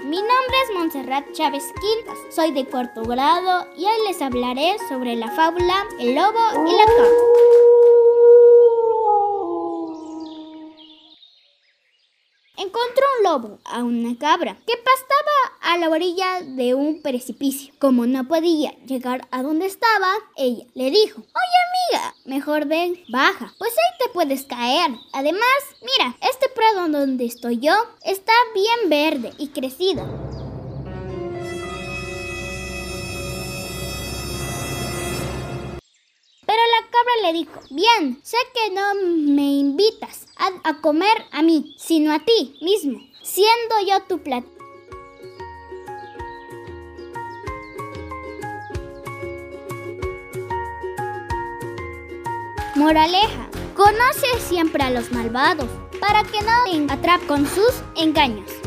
mi nombre es Montserrat Chávez Quintas, soy de cuarto grado y hoy les hablaré sobre la fábula El lobo y la cabra. Encontró un lobo a una cabra que pastaba a la orilla de un precipicio. Como no podía llegar a donde estaba, ella le dijo: «Oye amiga, mejor ven, baja, pues ahí te puedes caer. Además, mira, este prado donde estoy yo está bien verde y crecido». Pero la cabra le dijo: «Bien, sé que no me invitas a comer a mí, sino a ti mismo, siendo yo tu plato». Moraleja: conoce siempre a los malvados para que no te atrapen con sus engaños.